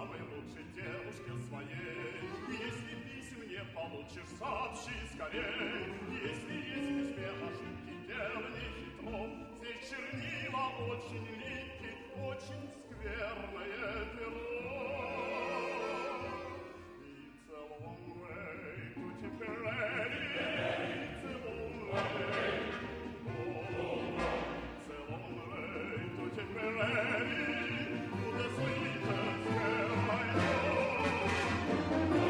самой лучшей девушке своей. Если писем не получишь, сообщи скорей. Если есть в письме ошибки, делай хитро. Здесь чернила очень липкие, очень скверное перо. It's a long way to Tipperary. It's a long way. Oh, it's a long way to Tipperary. To the sweetest girl I know.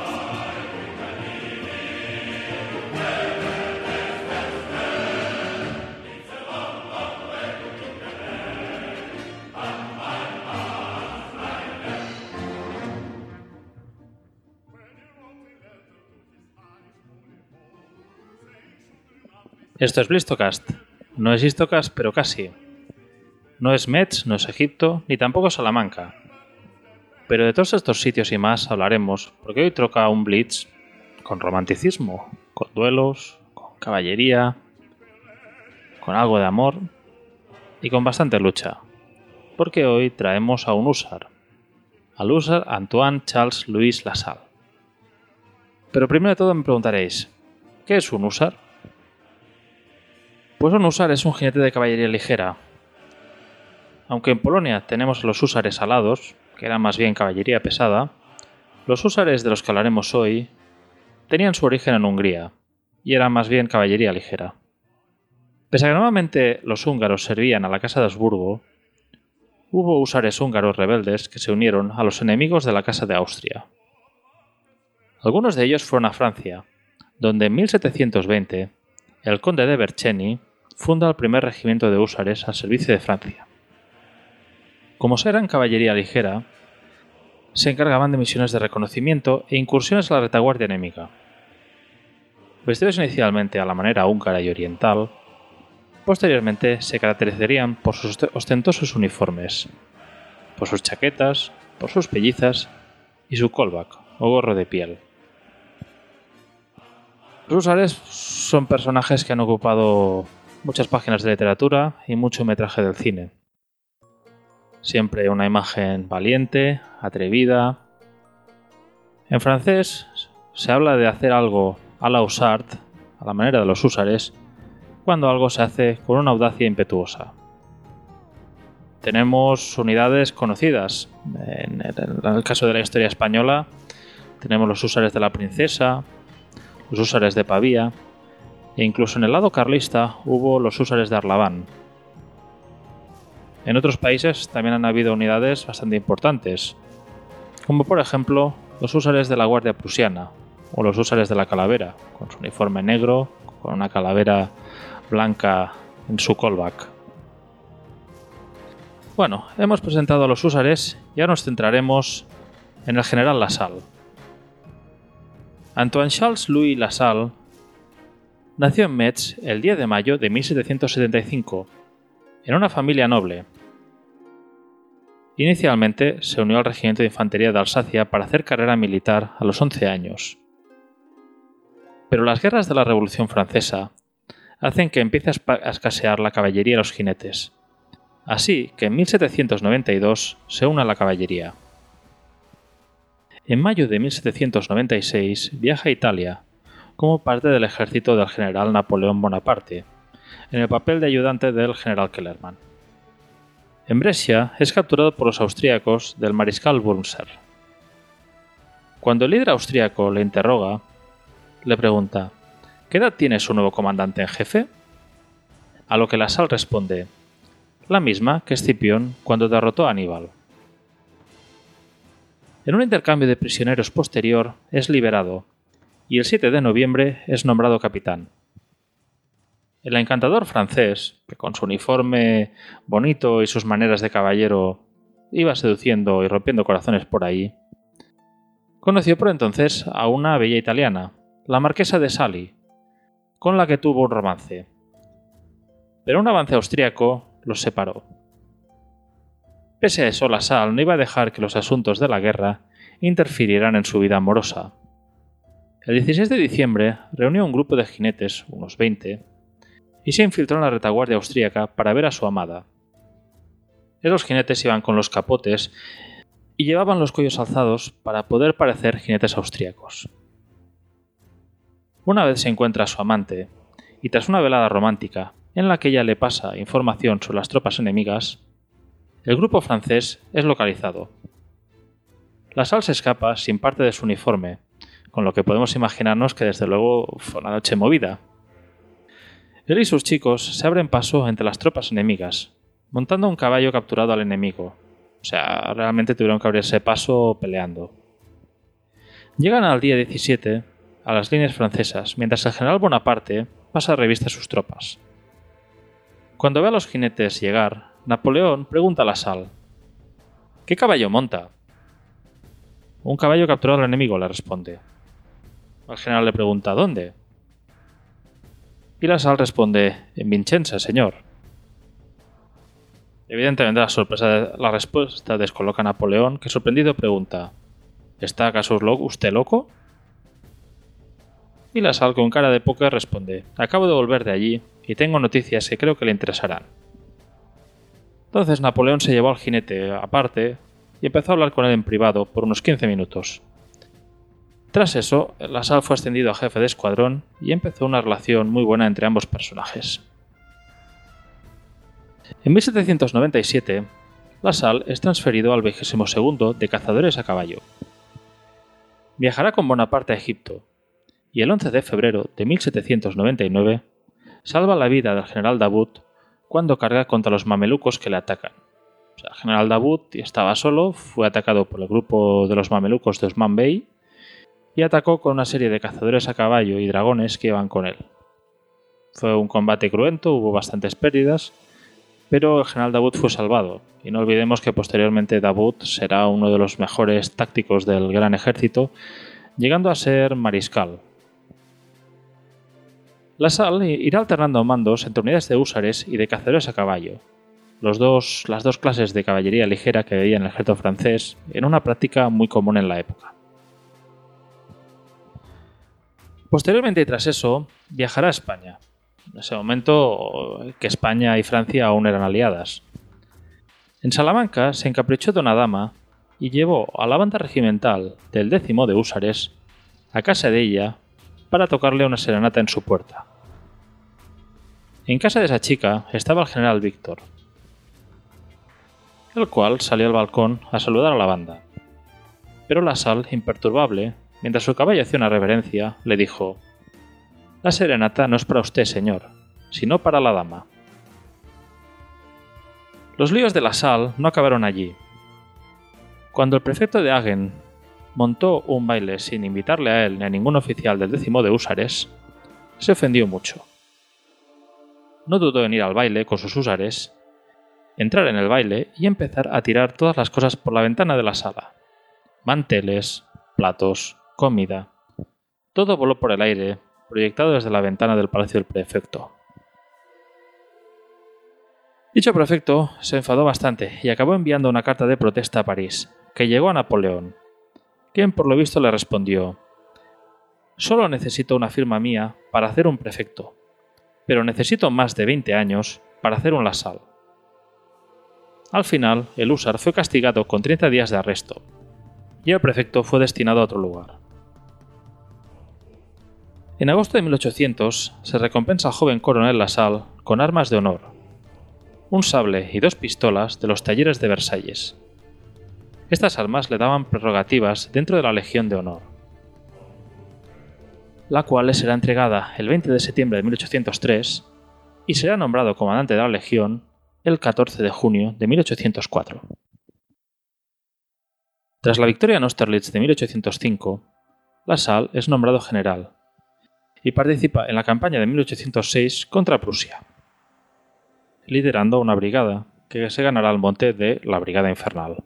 Esto es Blistocast. No es Histocast, pero casi. No es Metz, no es Egipto, ni tampoco Salamanca. Pero de todos estos sitios y más hablaremos, porque hoy toca un Blitz con romanticismo, con duelos, con caballería, con algo de amor y con bastante lucha. Porque hoy traemos a un húsar, al húsar Antoine Charles Louis Lasalle. Pero primero de todo me preguntaréis, ¿qué es un húsar? Pues un húsar es un jinete de caballería ligera. Aunque en Polonia tenemos a los húsares alados, que eran más bien caballería pesada, los húsares de los que hablaremos hoy tenían su origen en Hungría y eran más bien caballería ligera. Pese a que normalmente los húngaros servían a la Casa de Habsburgo, hubo húsares húngaros rebeldes que se unieron a los enemigos de la Casa de Austria. Algunos de ellos fueron a Francia, donde en 1720 el conde de Bercheny funda el primer regimiento de húsares al servicio de Francia. Como eran caballería ligera, se encargaban de misiones de reconocimiento e incursiones a la retaguardia enemiga. Vestidos inicialmente a la manera húngara y oriental, posteriormente se caracterizarían por sus ostentosos uniformes, por sus chaquetas, por sus pellizas y su kolbak o gorro de piel. Los húsares son personajes que han ocupado muchas páginas de literatura y mucho metraje del cine. Siempre una imagen valiente, atrevida. En francés se habla de hacer algo a la husard, a la manera de los húsares, cuando algo se hace con una audacia impetuosa. Tenemos unidades conocidas. En el caso de la historia española, tenemos los húsares de la Princesa, los húsares de Pavía, e incluso en el lado carlista hubo los húsares de Arlabán. En otros países también han habido unidades bastante importantes, como por ejemplo los húsares de la Guardia Prusiana o los húsares de la Calavera, con su uniforme negro, con una calavera blanca en su kolbak. Bueno, hemos presentado a los húsares y ahora nos centraremos en el general Lasalle. Antoine Charles Louis Lasalle nació en Metz el 10 de mayo de 1775, en una familia noble. Inicialmente se unió al regimiento de infantería de Alsacia para hacer carrera militar a los 11 años. Pero las guerras de la Revolución Francesa hacen que empiece a escasear la caballería y los jinetes. Así que en 1792 se une a la caballería. En mayo de 1796 viaja a Italia como parte del ejército del general Napoleón Bonaparte, en el papel de ayudante del general Kellerman. En Brescia es capturado por los austríacos del mariscal Wurmser. Cuando el líder austríaco le interroga, le pregunta: ¿qué edad tiene su nuevo comandante en jefe? A lo que Lasalle responde: la misma que Escipión cuando derrotó a Aníbal. En un intercambio de prisioneros posterior es liberado y el 7 de noviembre es nombrado capitán. El encantador francés, que con su uniforme bonito y sus maneras de caballero iba seduciendo y rompiendo corazones por ahí, conoció por entonces a una bella italiana, la marquesa de Sully, con la que tuvo un romance. Pero un avance austríaco los separó. Pese a eso, Lasalle no iba a dejar que los asuntos de la guerra interfirieran en su vida amorosa. El 16 de diciembre reunió un grupo de jinetes, unos 20, y se infiltró en la retaguardia austríaca para ver a su amada. Esos jinetes iban con los capotes y llevaban los cuellos alzados para poder parecer jinetes austríacos. Una vez se encuentra a su amante, y tras una velada romántica en la que ella le pasa información sobre las tropas enemigas, el grupo francés es localizado. Lassalle se escapa sin parte de su uniforme, con lo que podemos imaginarnos que desde luego fue una noche movida. Él y sus chicos se abren paso entre las tropas enemigas, montando un caballo capturado al enemigo. O sea, realmente tuvieron que abrirse paso peleando. Llegan al día 17 a las líneas francesas, mientras el general Bonaparte pasa revista a sus tropas. Cuando ve a los jinetes llegar, Napoleón pregunta a Lassalle: ¿qué caballo monta? Un caballo capturado al enemigo, le responde. El general le pregunta: ¿dónde? Y Lassalle responde: en Vincennes, señor. Evidentemente la respuesta descoloca a Napoleón, que sorprendido pregunta: ¿está acaso usted loco? Y Lassalle con cara de póker responde: acabo de volver de allí y tengo noticias que creo que le interesarán. Entonces Napoleón se llevó al jinete aparte y empezó a hablar con él en privado por unos 15 minutos. Tras eso, Lassalle fue ascendido a jefe de escuadrón y empezó una relación muy buena entre ambos personajes. En 1797, Lassalle es transferido al 22º de cazadores a caballo. Viajará con Bonaparte a Egipto, y el 11 de febrero de 1799 salva la vida del general Davout cuando carga contra los mamelucos que le atacan. O sea, el general Davout estaba solo, fue atacado por el grupo de los mamelucos de Osman Bey y atacó con una serie de cazadores a caballo y dragones que iban con él. Fue un combate cruento, hubo bastantes pérdidas, pero el general Davout fue salvado, y no olvidemos que posteriormente Davout será uno de los mejores tácticos del gran ejército, llegando a ser mariscal. Lassalle irá alternando mandos entre unidades de húsares y de cazadores a caballo, las dos clases de caballería ligera que había en el ejército francés, en una práctica muy común en la época. Posteriormente y tras eso, viajará a España. En ese momento que España y Francia aún eran aliadas. En Salamanca se encaprichó de una dama y llevó a la banda regimental del 10º de húsares a casa de ella para tocarle una serenata en su puerta. En casa de esa chica estaba el general Víctor, el cual salió al balcón a saludar a la banda. Pero Lassalle, imperturbable, mientras su caballo hacía una reverencia, le dijo: «La serenata no es para usted, señor, sino para la dama». Los líos de Lassalle no acabaron allí. Cuando el prefecto de Hagen montó un baile sin invitarle a él ni a ningún oficial del 10º de húsares, se ofendió mucho. No dudó en ir al baile con sus húsares, entrar en el baile y empezar a tirar todas las cosas por la ventana de la sala. Manteles, platos, comida. Todo voló por el aire, proyectado desde la ventana del palacio del prefecto. Dicho prefecto se enfadó bastante y acabó enviando una carta de protesta a París, que llegó a Napoleón, quien por lo visto le respondió: «Solo necesito una firma mía para hacer un prefecto, pero necesito más de 20 años para hacer un Lassalle». Al final, el húsar fue castigado con 30 días de arresto, y el prefecto fue destinado a otro lugar. En agosto de 1800 se recompensa al joven coronel Lassalle con armas de honor, un sable y 2 pistolas de los talleres de Versalles. Estas armas le daban prerrogativas dentro de la Legión de Honor, la cual le será entregada el 20 de septiembre de 1803 y será nombrado comandante de la Legión el 14 de junio de 1804. Tras la victoria en Austerlitz de 1805, Lassalle es nombrado general y participa en la campaña de 1806 contra Prusia, liderando una brigada que se ganará el mote de la Brigada Infernal.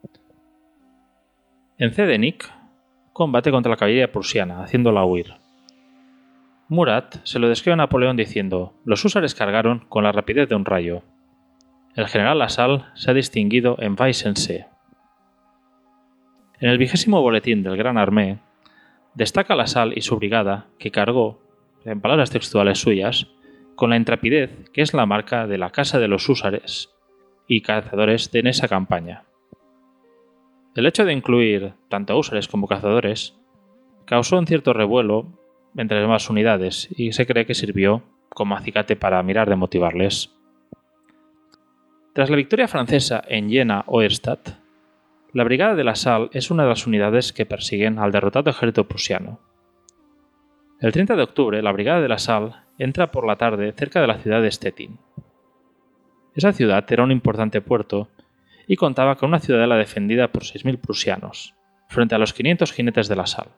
En Zdeněk combate contra la caballería prusiana, haciéndola huir. Murat se lo describe a Napoleón diciendo: «Los húsares cargaron con la rapidez de un rayo. El general Lassalle se ha distinguido en Weissensee». En el 20º boletín del Gran Armée destaca Lassalle y su brigada que cargó, en palabras textuales suyas, con la intrepidez que es la marca de la casa de los húsares y cazadores en esa campaña. El hecho de incluir tanto a húsares como cazadores causó un cierto revuelo entre ambas unidades y se cree que sirvió como acicate para mirar de motivarles. Tras la victoria francesa en Jena-Auerstadt, la Brigada de la Salle es una de las unidades que persiguen al derrotado ejército prusiano. El 30 de octubre, la Brigada de la Salle entra por la tarde cerca de la ciudad de Stettin. Esa ciudad era un importante puerto y contaba con una ciudadela defendida por 6.000 prusianos, frente a los 500 jinetes de la Salle.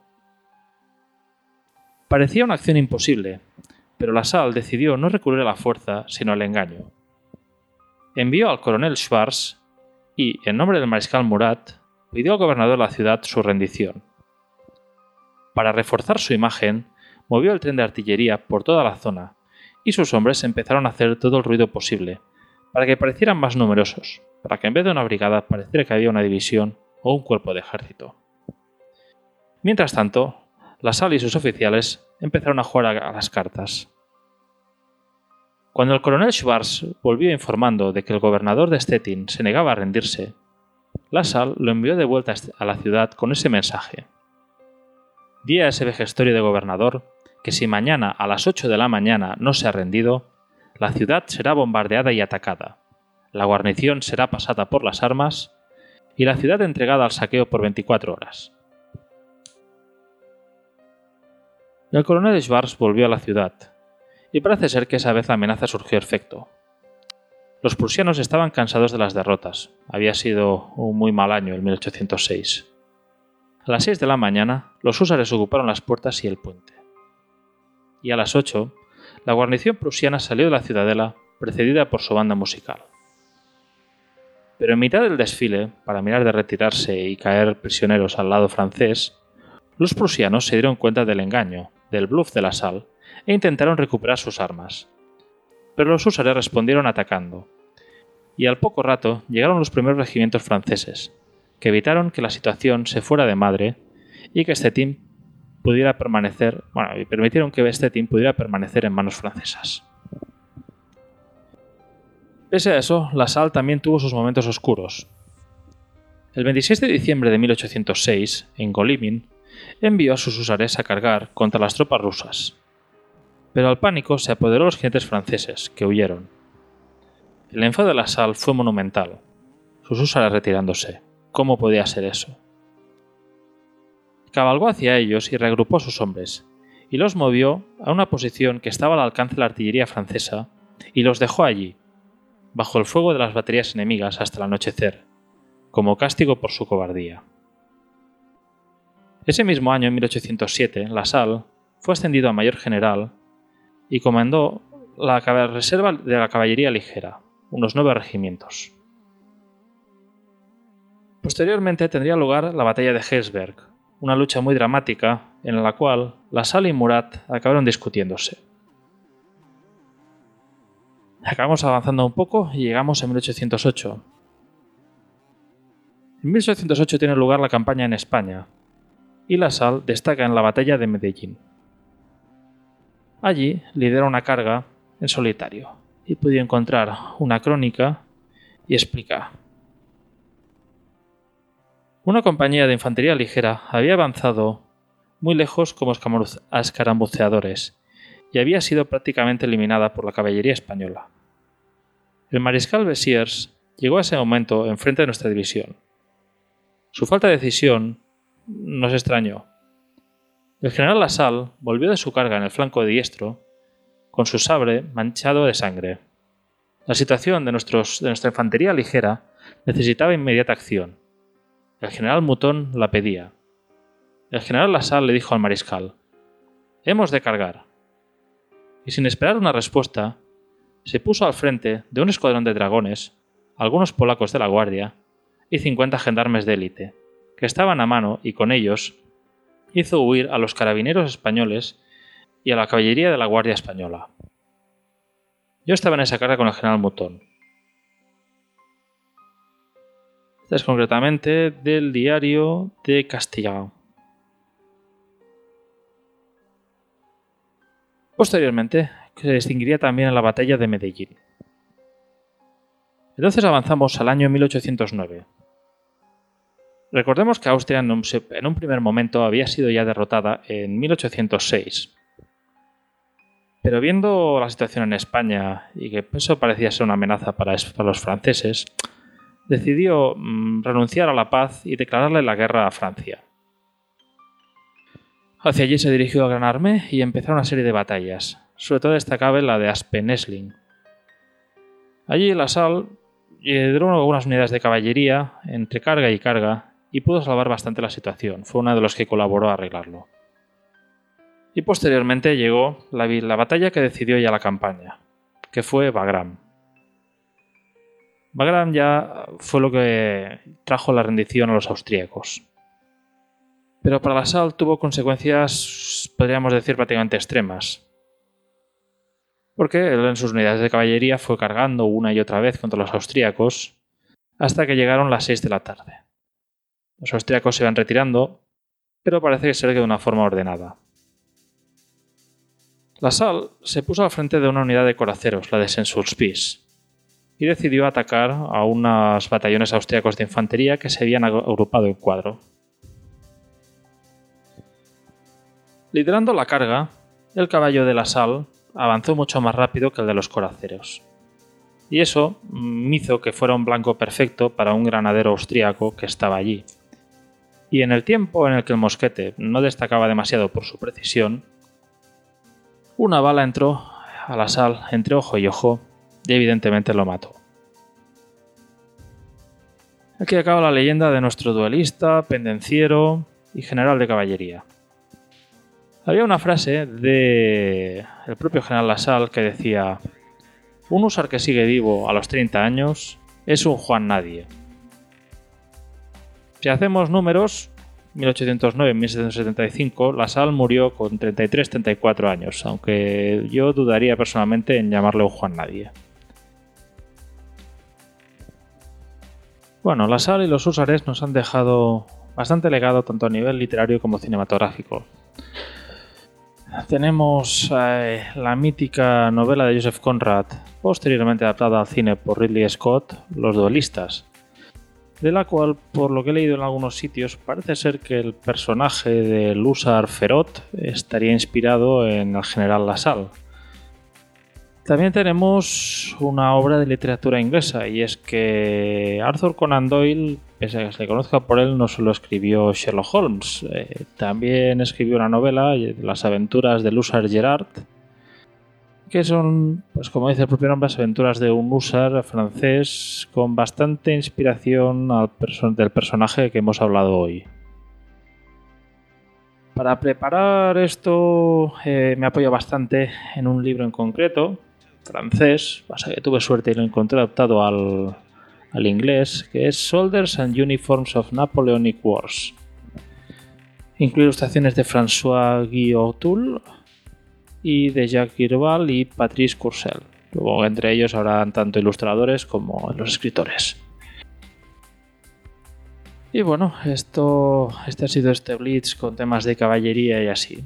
Parecía una acción imposible, pero la Salle decidió no recurrir a la fuerza, sino al engaño. Envió al coronel Schwarz y, en nombre del mariscal Murat, pidió al gobernador de la ciudad su rendición. Para reforzar su imagen, movió el tren de artillería por toda la zona, y sus hombres empezaron a hacer todo el ruido posible, para que parecieran más numerosos, para que en vez de una brigada pareciera que había una división o un cuerpo de ejército. Mientras tanto, la Salle y sus oficiales empezaron a jugar a las cartas. Cuando el coronel Schwarz volvió informando de que el gobernador de Stettin se negaba a rendirse, la Salle lo envió de vuelta a la ciudad con ese mensaje. Di a ese vejestorio de gobernador que si mañana a las 8 de la mañana no se ha rendido, la ciudad será bombardeada y atacada, la guarnición será pasada por las armas y la ciudad entregada al saqueo por 24 horas. El coronel Schwarz volvió a la ciudad, y parece ser que esa vez la amenaza surgió efecto. Los prusianos estaban cansados de las derrotas, había sido un muy mal año el 1806. A las 6 de la mañana, los húsares ocuparon las puertas y el puente. Y a las 8, la guarnición prusiana salió de la ciudadela, precedida por su banda musical. Pero en mitad del desfile, para mirar de retirarse y caer prisioneros al lado francés, los prusianos se dieron cuenta del engaño, del bluff de la Salle, e intentaron recuperar sus armas. Pero los húsares respondieron atacando, y al poco rato llegaron los primeros regimientos franceses, que evitaron que la situación se fuera de madre y que Stettin pudiera permanecer, y permitieron que Stettin pudiera permanecer en manos francesas. Pese a eso, la Salle también tuvo sus momentos oscuros. El 26 de diciembre de 1806, en Golymin, envió a sus húsares a cargar contra las tropas rusas. Pero al pánico se apoderó de los jinetes franceses, que huyeron. El enfado de la Salle fue monumental, sus húsares retirándose. ¿Cómo podía ser eso? Cabalgó hacia ellos y reagrupó a sus hombres, y los movió a una posición que estaba al alcance de la artillería francesa, y los dejó allí, bajo el fuego de las baterías enemigas hasta el anochecer, como castigo por su cobardía. Ese mismo año, en 1807, la Salle fue ascendido a mayor general y comandó la reserva de la caballería ligera, unos 9 regimientos. Posteriormente tendría lugar la batalla de Heilsberg, una lucha muy dramática en la cual la Salle y Murat acabaron discutiéndose. Acabamos avanzando un poco y llegamos a 1808. En 1808 tiene lugar la campaña en España, y la Salle destaca en la batalla de Medellín. Allí lidera una carga en solitario, y pude encontrar una crónica y explica. Una compañía de infantería ligera había avanzado muy lejos como escarambuceadores y había sido prácticamente eliminada por la caballería española. El mariscal Bessiers llegó a ese momento enfrente de nuestra división. Su falta de decisión nos extrañó. El general Lasalle volvió de su carga en el flanco diestro con su sable manchado de sangre. La situación de nuestra infantería ligera necesitaba inmediata acción. El general Mouton la pedía. El general Lasalle le dijo al mariscal: «Hemos de cargar». Y sin esperar una respuesta, se puso al frente de un escuadrón de dragones, algunos polacos de la guardia y 50 gendarmes de élite, que estaban a mano, y con ellos hizo huir a los carabineros españoles y a la caballería de la Guardia Española. Yo estaba en esa carga con el general Mouton. Este es concretamente del diario de Castilla. Posteriormente, se distinguiría también en la batalla de Medellín. Entonces avanzamos al año 1809. Recordemos que Austria en un primer momento había sido ya derrotada en 1806. Pero viendo la situación en España y que eso parecía ser una amenaza para los franceses, decidió renunciar a la paz y declararle la guerra a Francia. Hacia allí se dirigió a Gran Armée y empezaron una serie de batallas, sobre todo destacable la de Aspen-Essling. Allí Lasalle lideró algunas unidades de caballería entre carga y carga y pudo salvar bastante la situación. Fue uno de los que colaboró a arreglarlo. Y posteriormente llegó la batalla que decidió ya la campaña, que fue Wagram. Wagram ya fue lo que trajo la rendición a los austríacos. Pero para Lasalle tuvo consecuencias, podríamos decir, prácticamente extremas. Porque él en sus unidades de caballería fue cargando una y otra vez contra los austríacos hasta que llegaron las 6 de la tarde. Los austríacos se iban retirando, pero parece ser que de una forma ordenada. Lasalle se puso al frente de una unidad de coraceros, la de Saint-Sulpice, y decidió atacar a unos batallones austríacos de infantería que se habían agrupado en cuadro. Liderando la carga, el caballo de Lasalle avanzó mucho más rápido que el de los coraceros. Y eso hizo que fuera un blanco perfecto para un granadero austríaco que estaba allí. Y en el tiempo en el que el mosquete no destacaba demasiado por su precisión, una bala entró a Lasalle entre ojo y ojo y evidentemente lo mató. Aquí acaba la leyenda de nuestro duelista, pendenciero y general de caballería. Había una frase del propio general Lasalle que decía: un húsar que sigue vivo a los 30 años es un Juan Nadie. Si hacemos números, 1809-1775, Lasalle murió con 33-34 años, aunque yo dudaría personalmente en llamarle un Juan Nadie. Bueno, Lasalle y los húsares nos han dejado bastante legado tanto a nivel literario como cinematográfico. Tenemos la mítica novela de Joseph Conrad, posteriormente adaptada al cine por Ridley Scott, Los duelistas, de la cual, por lo que he leído en algunos sitios, parece ser que el personaje del húsar Ferot estaría inspirado en el general Lasalle. También tenemos una obra de literatura inglesa, y es que Arthur Conan Doyle, pese a que se le conozca por él, no solo escribió Sherlock Holmes, también escribió una novela, Las aventuras del húsar Gerard, que son, pues como dice el propio nombre, las aventuras de un húsar francés con bastante inspiración del personaje que hemos hablado hoy. Para preparar esto me apoyo bastante en un libro en concreto, francés, pasa que tuve suerte y lo encontré adaptado al inglés, que es Soldiers and Uniforms of Napoleonic Wars. Incluye ilustraciones de François-Guy O'Toole y de Jacques Girval y Patrice Courcelles. Luego entre ellos habrán tanto ilustradores como los escritores. Y bueno, este ha sido este Blitz con temas de caballería y así.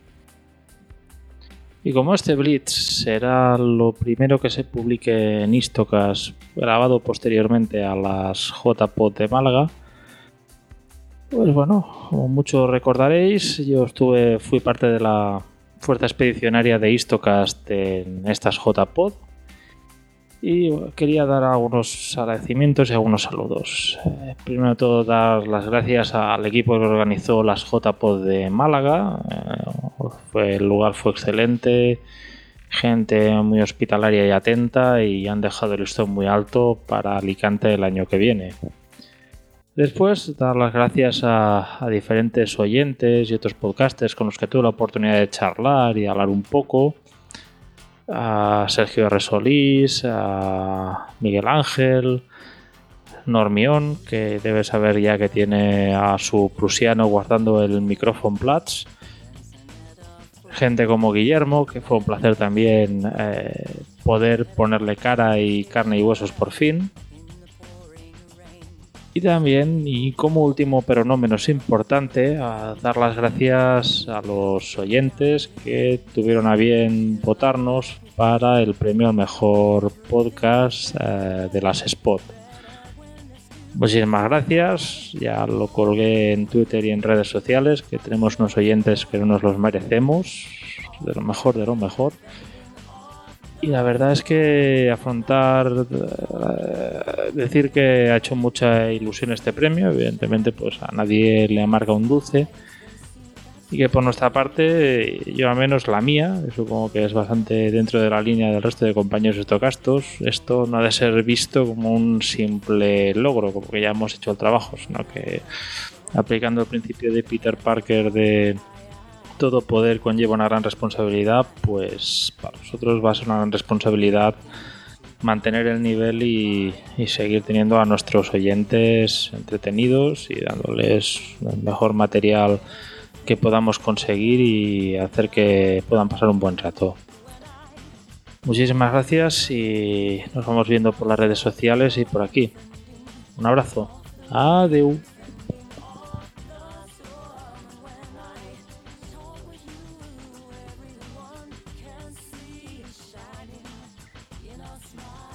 Y como este Blitz será lo primero que se publique en Istocast, grabado posteriormente a las JPod de Málaga, pues bueno, como muchos recordaréis, yo fui parte de la fuerza expedicionaria de Istocast en estas JPod y quería dar algunos agradecimientos y algunos saludos. Primero de todo, dar las gracias al equipo que organizó las JPod de Málaga. El lugar fue excelente, gente muy hospitalaria y atenta, y han dejado el listón muy alto para Alicante el año que viene. Después, dar las gracias a diferentes oyentes y otros podcasters con los que tuve la oportunidad de charlar y hablar un poco. A Sergio R. Solís, a Miguel Ángel, Normión, que debe saber ya que tiene a su prusiano guardando el micrófono Platz. Gente como Guillermo, que fue un placer también poder ponerle cara y carne y huesos por fin. Y también, y como último pero no menos importante, a dar las gracias a los oyentes que tuvieron a bien votarnos para el premio al mejor podcast de las Spot. Muchísimas gracias, ya lo colgué en Twitter y en redes sociales, que tenemos unos oyentes que no nos los merecemos, de lo mejor de lo mejor. Y la verdad es que decir que ha hecho mucha ilusión este premio, evidentemente pues a nadie le amarga un dulce. Y que por nuestra parte, yo al menos la mía, supongo que es bastante dentro de la línea del resto de compañeros estocastos, esto no ha de ser visto como un simple logro, como que ya hemos hecho el trabajo, sino que aplicando el principio de Peter Parker de todo poder conlleva una gran responsabilidad, pues para nosotros va a ser una gran responsabilidad mantener el nivel y seguir teniendo a nuestros oyentes entretenidos y dándoles el mejor material que podamos conseguir y hacer que puedan pasar un buen rato. Muchísimas gracias y nos vamos viendo por las redes sociales y por aquí. Un abrazo. Adeu. Smile.